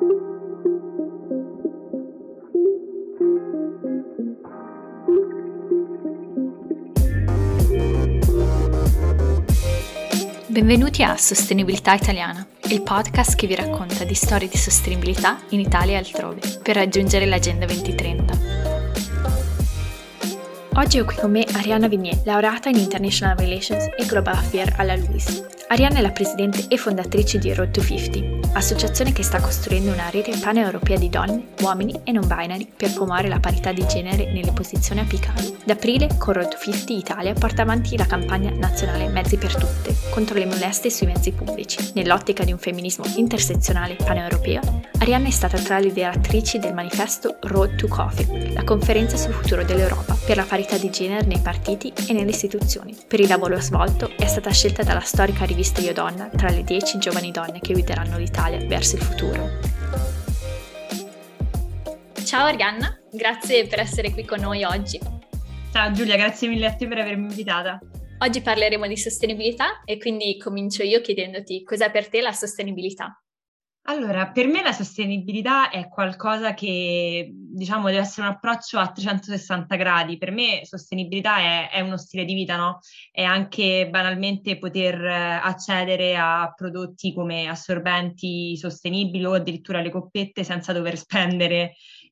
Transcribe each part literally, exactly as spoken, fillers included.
Benvenuti a Sostenibilità Italiana, il podcast che vi racconta di storie di sostenibilità in Italia e altrove, per raggiungere l'Agenda duemilatrenta. Oggi ho qui con me Arianna Vignier, laureata in International Relations e Global Affairs alla LUISS. Arianna è la presidente e fondatrice di Road to cinquanta, associazione che sta costruendo una rete paneuropea di donne, uomini e non binary per promuovere la parità di genere nelle posizioni apicali. Da aprile, con Road to cinquanta Italia porta avanti la campagna nazionale Mezzi per Tutte contro le molestie sui mezzi pubblici. Nell'ottica di un femminismo intersezionale paneuropeo, Arianna è stata tra le ideatrici del manifesto Road to Coffee, la conferenza sul futuro dell'Europa per la parità di genere nei partiti e nelle istituzioni. Per il lavoro svolto è stata scelta dalla storica rivista Io Donna tra le dieci giovani donne che guideranno l'Italia verso il futuro. Ciao Arianna, grazie per essere qui con noi oggi. Ciao Giulia, grazie mille a te per avermi invitata. Oggi parleremo di sostenibilità e quindi comincio io chiedendoti cos'è per te la sostenibilità. Allora, per me la sostenibilità è qualcosa che, diciamo, deve essere un approccio a trecentosessanta gradi. Per me sostenibilità è, è uno stile di vita, no? È anche banalmente poter accedere a prodotti come assorbenti sostenibili o addirittura le coppette senza dover spendere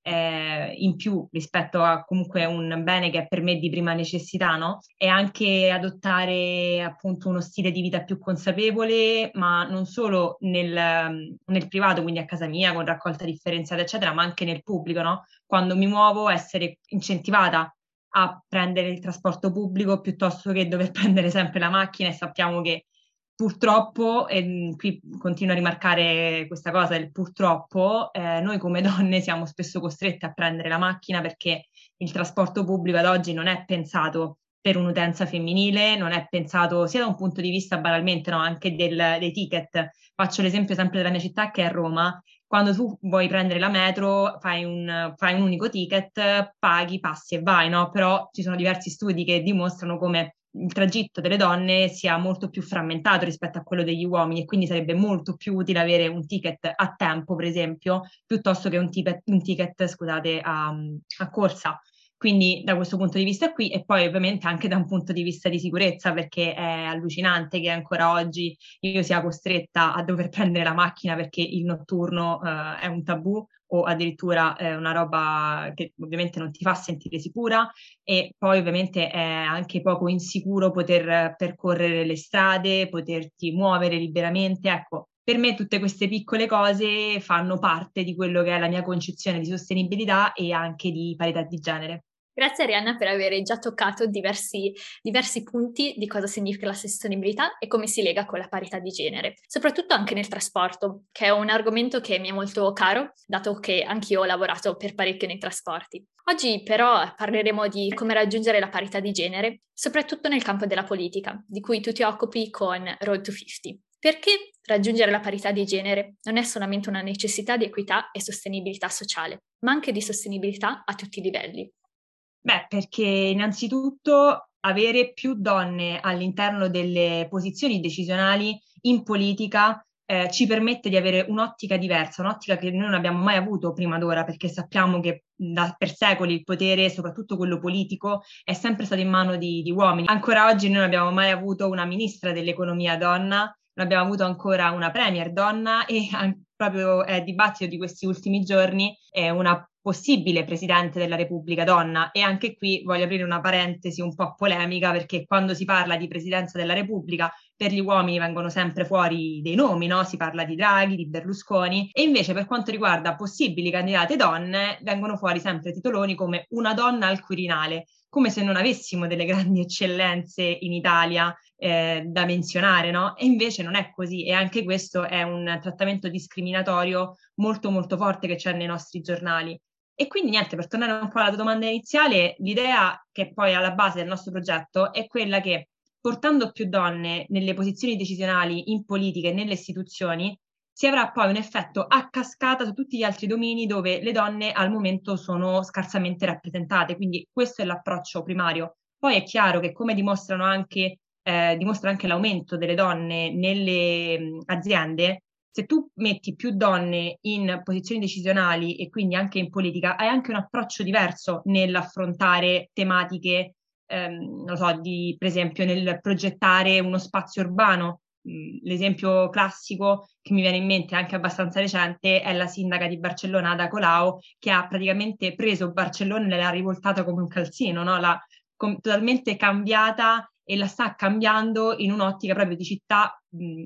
eh, in più rispetto a comunque un bene che è per me di prima necessità, no? E anche adottare appunto uno stile di vita più consapevole, ma non solo nel, nel privato, quindi a casa mia, con raccolta differenziata, eccetera, ma anche nel pubblico, no? Quando mi muovo, essere incentivata a prendere il trasporto pubblico piuttosto che dover prendere sempre la macchina, e sappiamo che purtroppo, e qui continuo a rimarcare questa cosa del purtroppo, eh, noi come donne siamo spesso costrette a prendere la macchina perché il trasporto pubblico ad oggi non è pensato per un'utenza femminile, non è pensato sia da un punto di vista banalmente, no, anche del, dei ticket. Faccio l'esempio sempre della mia città che è Roma. Quando tu vuoi prendere la metro, fai un, fai un unico ticket, paghi, passi e vai, no? Però ci sono diversi studi che dimostrano come il tragitto delle donne sia molto più frammentato rispetto a quello degli uomini, e quindi sarebbe molto più utile avere un ticket a tempo, per esempio, piuttosto che un ticket, un ticket scusate, a, a corsa. Quindi da questo punto di vista qui, e poi ovviamente anche da un punto di vista di sicurezza, perché è allucinante che ancora oggi io sia costretta a dover prendere la macchina perché il notturno eh, è un tabù, o addirittura eh, una roba che ovviamente non ti fa sentire sicura, e poi ovviamente è anche poco insicuro poter percorrere le strade, poterti muovere liberamente. Ecco, per me tutte queste piccole cose fanno parte di quello che è la mia concezione di sostenibilità e anche di parità di genere. Grazie Arianna per aver già toccato diversi, diversi punti di cosa significa la sostenibilità e come si lega con la parità di genere, soprattutto anche nel trasporto, che è un argomento che mi è molto caro, dato che anch'io ho lavorato per parecchio nei trasporti. Oggi però parleremo di come raggiungere la parità di genere, soprattutto nel campo della politica, di cui tu ti occupi con Road to cinquanta. Perché raggiungere la parità di genere non è solamente una necessità di equità e sostenibilità sociale, ma anche di sostenibilità a tutti i livelli? Beh, perché innanzitutto avere più donne all'interno delle posizioni decisionali in politica eh, ci permette di avere un'ottica diversa, un'ottica che noi non abbiamo mai avuto prima d'ora, perché sappiamo che da, per secoli il potere, soprattutto quello politico, è sempre stato in mano di, di uomini. Ancora oggi noi non abbiamo mai avuto una ministra dell'economia donna, non abbiamo avuto ancora una premier donna, e anche proprio eh, dibattito di questi ultimi giorni è una possibile Presidente della Repubblica donna. E anche qui voglio aprire una parentesi un po' polemica, perché quando si parla di Presidenza della Repubblica per gli uomini vengono sempre fuori dei nomi, no? Si parla di Draghi, di Berlusconi, e invece per quanto riguarda possibili candidate donne vengono fuori sempre titoloni come una donna al Quirinale, come se non avessimo delle grandi eccellenze in Italia eh, da menzionare, no? E invece non è così, e anche questo è un trattamento discriminatorio molto molto forte che c'è nei nostri giornali. E quindi niente, per tornare un po' alla tua domanda iniziale, l'idea che poi è alla base del nostro progetto è quella che, portando più donne nelle posizioni decisionali in politica e nelle istituzioni, si avrà poi un effetto a cascata su tutti gli altri domini dove le donne al momento sono scarsamente rappresentate. Quindi questo è l'approccio primario. Poi è chiaro che, come dimostrano anche, eh, dimostra anche l'aumento delle donne nelle mh, aziende, se tu metti più donne in posizioni decisionali e quindi anche in politica, hai anche un approccio diverso nell'affrontare tematiche, ehm, non so, di, per esempio nel progettare uno spazio urbano. L'esempio classico che mi viene in mente, anche abbastanza recente, è la sindaca di Barcellona, Ada Colau, che ha praticamente preso Barcellona e l'ha rivoltata come un calzino, no? L'ha com- totalmente cambiata e la sta cambiando in un'ottica proprio di città mh,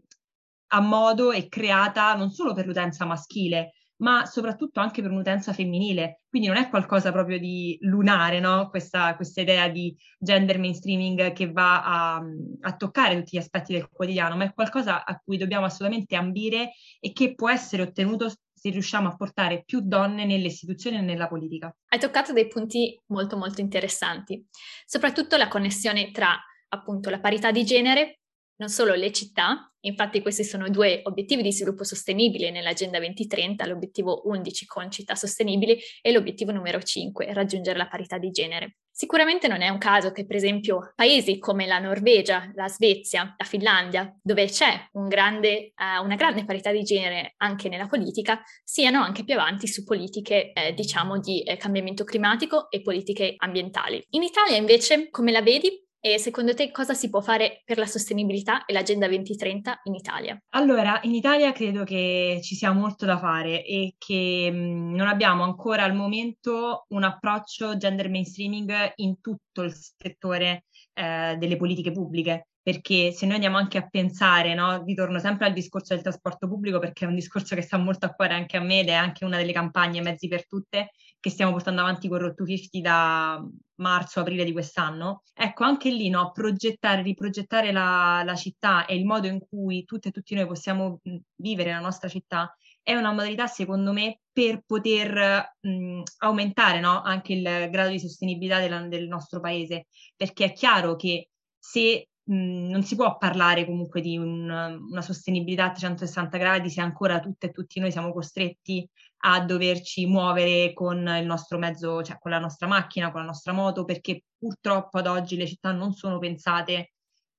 a modo e creata non solo per l'utenza maschile, ma soprattutto anche per un'utenza femminile. Quindi non è qualcosa proprio di lunare, no? Questa, questa idea di gender mainstreaming che va a, a toccare tutti gli aspetti del quotidiano, ma è qualcosa a cui dobbiamo assolutamente ambire e che può essere ottenuto se riusciamo a portare più donne nelle istituzioni e nella politica. Hai toccato dei punti molto molto interessanti, soprattutto la connessione tra appunto la parità di genere, non solo le città, infatti questi sono due obiettivi di sviluppo sostenibile nell'Agenda duemilatrenta, l'obiettivo undici con città sostenibili e l'obiettivo numero cinque, raggiungere la parità di genere. Sicuramente non è un caso che per esempio paesi come la Norvegia, la Svezia, la Finlandia, dove c'è un grande, uh, una grande parità di genere anche nella politica, siano anche più avanti su politiche eh, diciamo di eh, cambiamento climatico e politiche ambientali. In Italia invece come la vedi? E secondo te cosa si può fare per la sostenibilità e l'Agenda duemilatrenta in Italia? Allora, in Italia credo che ci sia molto da fare e che mh, non abbiamo ancora al momento un approccio gender mainstreaming in tutto il settore eh, delle politiche pubbliche, perché se noi andiamo anche a pensare, no, ritorno sempre al discorso del trasporto pubblico perché è un discorso che sta molto a cuore anche a me ed è anche una delle campagne Mezzi per Tutte che stiamo portando avanti con Road to cinquanta da marzo-aprile di quest'anno. Ecco, anche lì, no, progettare, riprogettare la, la città e il modo in cui tutte e tutti noi possiamo mh, vivere la nostra città è una modalità, secondo me, per poter mh, aumentare, no, anche il grado di sostenibilità della, del nostro paese, perché è chiaro che se mh, non si può parlare comunque di un, una sostenibilità a trecentosessanta gradi se ancora tutte e tutti noi siamo costretti a doverci muovere con il nostro mezzo, cioè con la nostra macchina, con la nostra moto, perché purtroppo ad oggi le città non sono pensate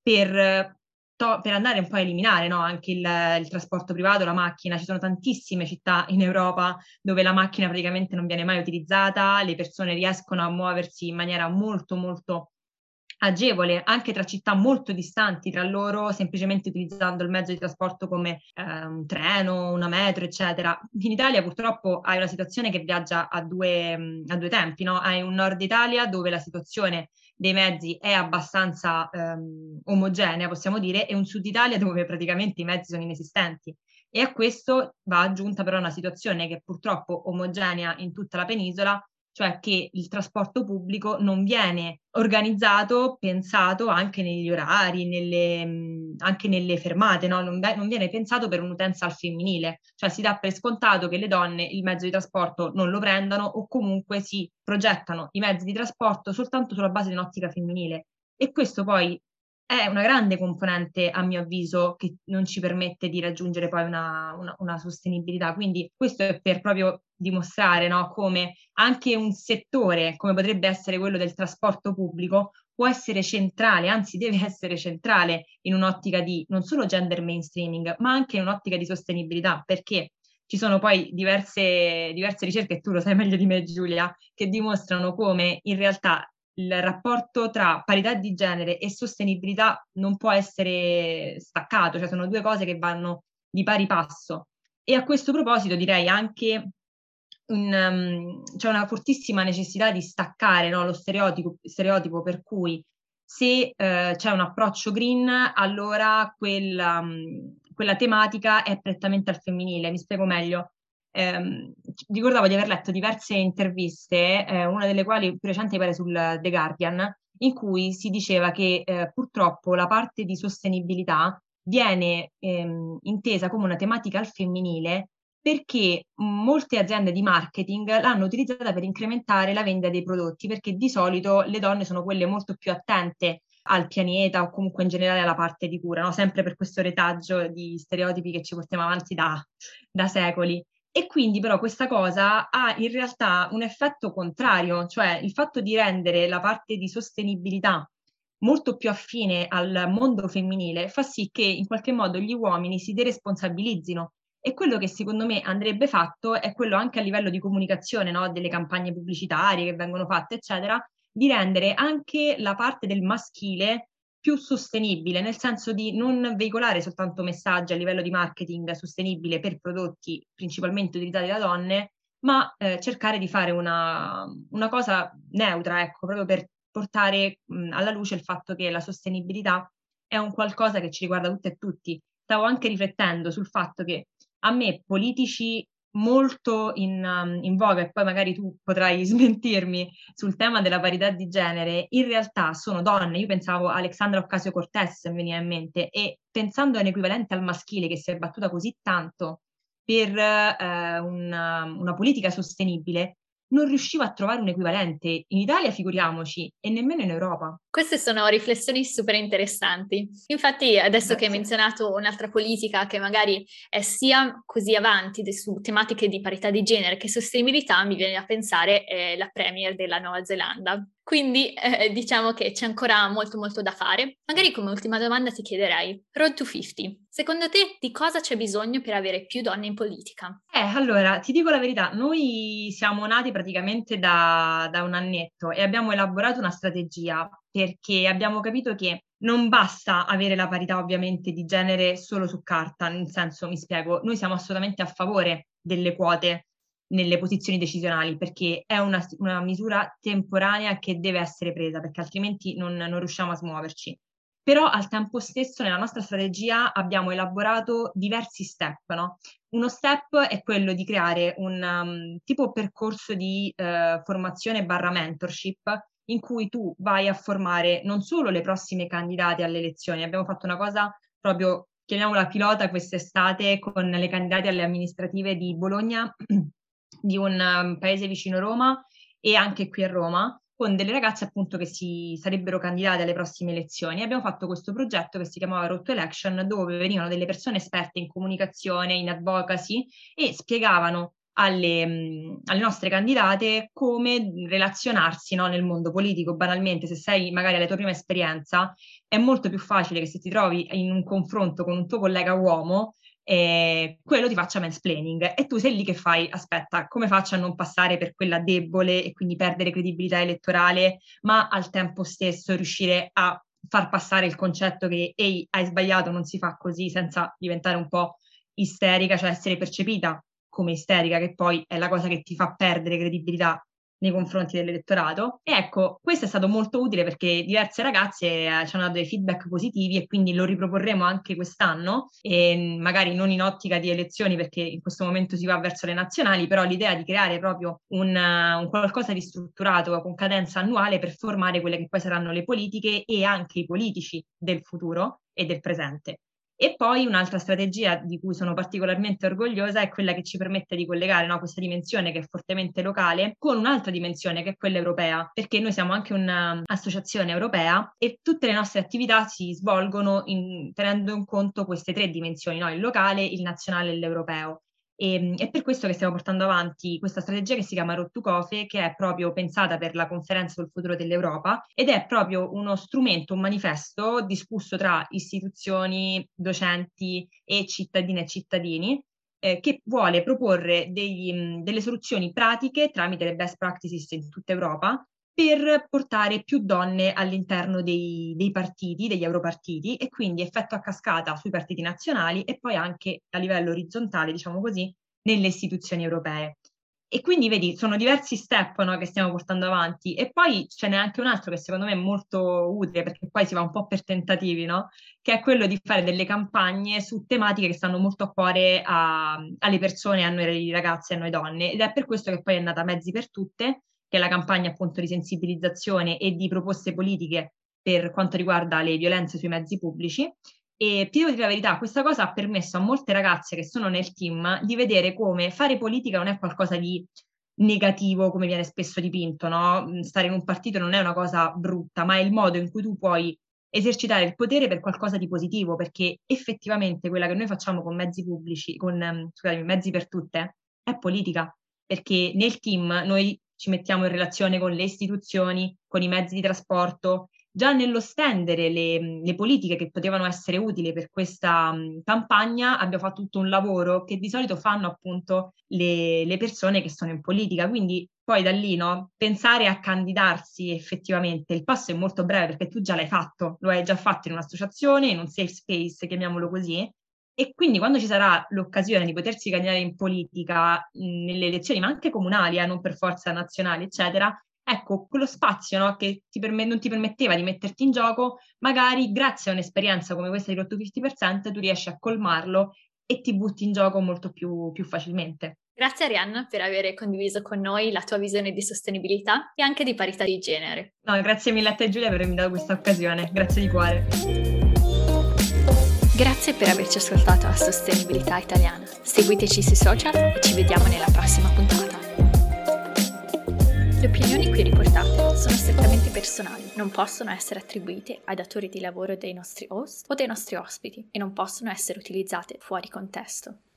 per, to- per andare un po' a eliminare, no, anche il, il trasporto privato, la macchina. Ci sono tantissime città in Europa dove la macchina praticamente non viene mai utilizzata, le persone riescono a muoversi in maniera molto molto agevole anche tra città molto distanti tra loro, semplicemente utilizzando il mezzo di trasporto come eh, un treno, una metro, eccetera. In Italia purtroppo hai una situazione che viaggia a due, mh, a due tempi, no? Hai un nord Italia dove la situazione dei mezzi è abbastanza ehm, omogenea, possiamo dire, e un sud Italia dove praticamente i mezzi sono inesistenti. E a questo va aggiunta però una situazione che è purtroppo omogenea in tutta la penisola, cioè che il trasporto pubblico non viene organizzato, pensato anche negli orari, nelle, mh, anche nelle fermate, no? Non, ve- non viene pensato per un'utenza al femminile, cioè si dà per scontato che le donne il mezzo di trasporto non lo prendano o comunque si progettano i mezzi di trasporto soltanto sulla base di un'ottica femminile. E questo poi è una grande componente, a mio avviso, che non ci permette di raggiungere poi una, una- una sostenibilità. Quindi questo è per proprio dimostrare, no, come anche un settore, come potrebbe essere quello del trasporto pubblico, può essere centrale, anzi deve essere centrale in un'ottica di non solo gender mainstreaming, ma anche in un'ottica di sostenibilità, perché ci sono poi diverse, diverse ricerche, e tu lo sai meglio di me, Giulia, che dimostrano come in realtà il rapporto tra parità di genere e sostenibilità non può essere staccato, cioè sono due cose che vanno di pari passo. E a questo proposito direi anche un, um, c'è una fortissima necessità di staccare, no, lo stereotipo, stereotipo per cui se eh, c'è un approccio green, allora quella, um, quella tematica è prettamente al femminile. Mi spiego meglio. Ehm, ricordavo di aver letto diverse interviste, eh, una delle quali più recente pare sul The Guardian, in cui si diceva che eh, purtroppo la parte di sostenibilità viene ehm, intesa come una tematica al femminile perché molte aziende di marketing l'hanno utilizzata per incrementare la vendita dei prodotti, perché di solito le donne sono quelle molto più attente al pianeta o comunque in generale alla parte di cura, no? Sempre per questo retaggio di stereotipi che ci portiamo avanti da, da secoli. E quindi però questa cosa ha in realtà un effetto contrario, cioè il fatto di rendere la parte di sostenibilità molto più affine al mondo femminile fa sì che in qualche modo gli uomini si deresponsabilizzino E quello che secondo me andrebbe fatto è quello anche a livello di comunicazione, no? Delle campagne pubblicitarie che vengono fatte, eccetera, di rendere anche la parte del maschile più sostenibile, nel senso di non veicolare soltanto messaggi a livello di marketing sostenibile per prodotti principalmente utilizzati da donne, ma eh, cercare di fare una, una cosa neutra, ecco, proprio per portare mh, alla luce il fatto che la sostenibilità è un qualcosa che ci riguarda tutte e tutti. Stavo anche riflettendo sul fatto che a me politici molto in, um, in voga, e poi magari tu potrai smentirmi sul tema della parità di genere, in realtà sono donne. Io pensavo a Alexandra Ocasio-Cortez, mi veniva in mente, e pensando a un equivalente al maschile che si è battuta così tanto per eh, una, una politica sostenibile, non riuscivo a trovare un equivalente. In Italia, figuriamoci, e nemmeno in Europa. Queste sono riflessioni super interessanti. Infatti, adesso che hai Grazie. menzionato un'altra politica che magari è sia così avanti de- su tematiche di parità di genere che sostenibilità, mi viene a pensare eh, la Premier della Nuova Zelanda. Quindi eh, diciamo che c'è ancora molto molto da fare. Magari come ultima domanda ti chiederei, Road to cinquanta, secondo te di cosa c'è bisogno per avere più donne in politica? Eh, allora, ti dico la verità, noi siamo nati praticamente da, da un annetto e abbiamo elaborato una strategia perché abbiamo capito che non basta avere la parità ovviamente di genere solo su carta, nel senso, mi spiego, noi siamo assolutamente a favore delle quote nelle posizioni decisionali perché è una, una misura temporanea che deve essere presa perché altrimenti non, non riusciamo a smuoverci. Però al tempo stesso nella nostra strategia abbiamo elaborato diversi step, no? Uno step è quello di creare un um, tipo percorso di uh, formazione barra mentorship in cui tu vai a formare non solo le prossime candidate alle elezioni, abbiamo fatto una cosa proprio, chiamiamola pilota quest'estate, con le candidate alle amministrative di Bologna, di un um, paese vicino Roma e anche qui a Roma, con delle ragazze appunto che si sarebbero candidate alle prossime elezioni. Abbiamo fatto questo progetto che si chiamava Road to Election, dove venivano delle persone esperte in comunicazione, in advocacy e spiegavano alle, mh, alle nostre candidate come relazionarsi, no, nel mondo politico. Banalmente, se sei magari alla tua prima esperienza, è molto più facile che se ti trovi in un confronto con un tuo collega uomo, eh, quello ti faccia mansplaining e tu sei lì che fai, aspetta, come faccio a non passare per quella debole e quindi perdere credibilità elettorale, ma al tempo stesso riuscire a far passare il concetto che ehi, hai sbagliato, non si fa così, senza diventare un po' isterica, cioè essere percepita come isterica, che poi è la cosa che ti fa perdere credibilità nei confronti dell'elettorato. E ecco, questo è stato molto utile perché diverse ragazze eh, ci hanno dato dei feedback positivi e quindi lo riproporremo anche quest'anno, e magari non in ottica di elezioni perché in questo momento si va verso le nazionali, però l'idea di creare proprio un, uh, un qualcosa di strutturato con cadenza annuale per formare quelle che poi saranno le politiche e anche i politici del futuro e del presente. E poi un'altra strategia di cui sono particolarmente orgogliosa è quella che ci permette di collegare, no, questa dimensione che è fortemente locale con un'altra dimensione che è quella europea, perché noi siamo anche un'associazione europea e tutte le nostre attività si svolgono in, tenendo in conto queste tre dimensioni, no? Il locale, il nazionale e l'europeo. E, è per questo che stiamo portando avanti questa strategia che si chiama Road to Cofe, che è proprio pensata per la conferenza sul futuro dell'Europa ed è proprio uno strumento, un manifesto discusso tra istituzioni, docenti e cittadine e cittadini, eh, che vuole proporre degli, mh, delle soluzioni pratiche tramite le best practices in tutta Europa per portare più donne all'interno dei, dei partiti, degli europartiti e quindi effetto a cascata sui partiti nazionali e poi anche a livello orizzontale, diciamo così, nelle istituzioni europee. E quindi vedi, sono diversi step, no, che stiamo portando avanti e poi ce n'è anche un altro che secondo me è molto utile perché poi si va un po' per tentativi, no? Che è quello di fare delle campagne su tematiche che stanno molto a cuore a, alle persone, a noi ragazze e a noi donne ed è per questo che poi è nata Mezzi per Tutte, che è la campagna appunto di sensibilizzazione e di proposte politiche per quanto riguarda le violenze sui mezzi pubblici. E ti devo dire la verità, questa cosa ha permesso a molte ragazze che sono nel team di vedere come fare politica non è qualcosa di negativo come viene spesso dipinto, no? Stare in un partito non è una cosa brutta, ma è il modo in cui tu puoi esercitare il potere per qualcosa di positivo, perché effettivamente quella che noi facciamo con mezzi pubblici, con ehm, scusami, mezzi per tutte, è politica, perché nel team noi ci mettiamo in relazione con le istituzioni, con i mezzi di trasporto, già nello stendere le, le politiche che potevano essere utili per questa mh, campagna abbiamo fatto tutto un lavoro che di solito fanno appunto le, le persone che sono in politica, quindi poi da lì, no, pensare a candidarsi effettivamente, il passo è molto breve perché tu già l'hai fatto, lo hai già fatto in un'associazione, in un safe space, chiamiamolo così, e quindi quando ci sarà l'occasione di potersi candidare in politica, mh, nelle elezioni, ma anche comunali, eh, non per forza nazionali, eccetera, ecco, quello spazio, no, che ti perme- non ti permetteva di metterti in gioco, magari grazie a un'esperienza come questa di Road to cinquanta percent tu riesci a colmarlo e ti butti in gioco molto più, più facilmente. Grazie Arianna per aver condiviso con noi la tua visione di sostenibilità e anche di parità di genere. No, grazie mille a te Giulia per avermi dato questa occasione, grazie di cuore. Grazie per averci ascoltato a Sostenibilità Italiana. Seguiteci sui social e ci vediamo nella prossima puntata. Le opinioni qui riportate sono strettamente personali, non possono essere attribuite ai datori di lavoro dei nostri host o dei nostri ospiti e non possono essere utilizzate fuori contesto.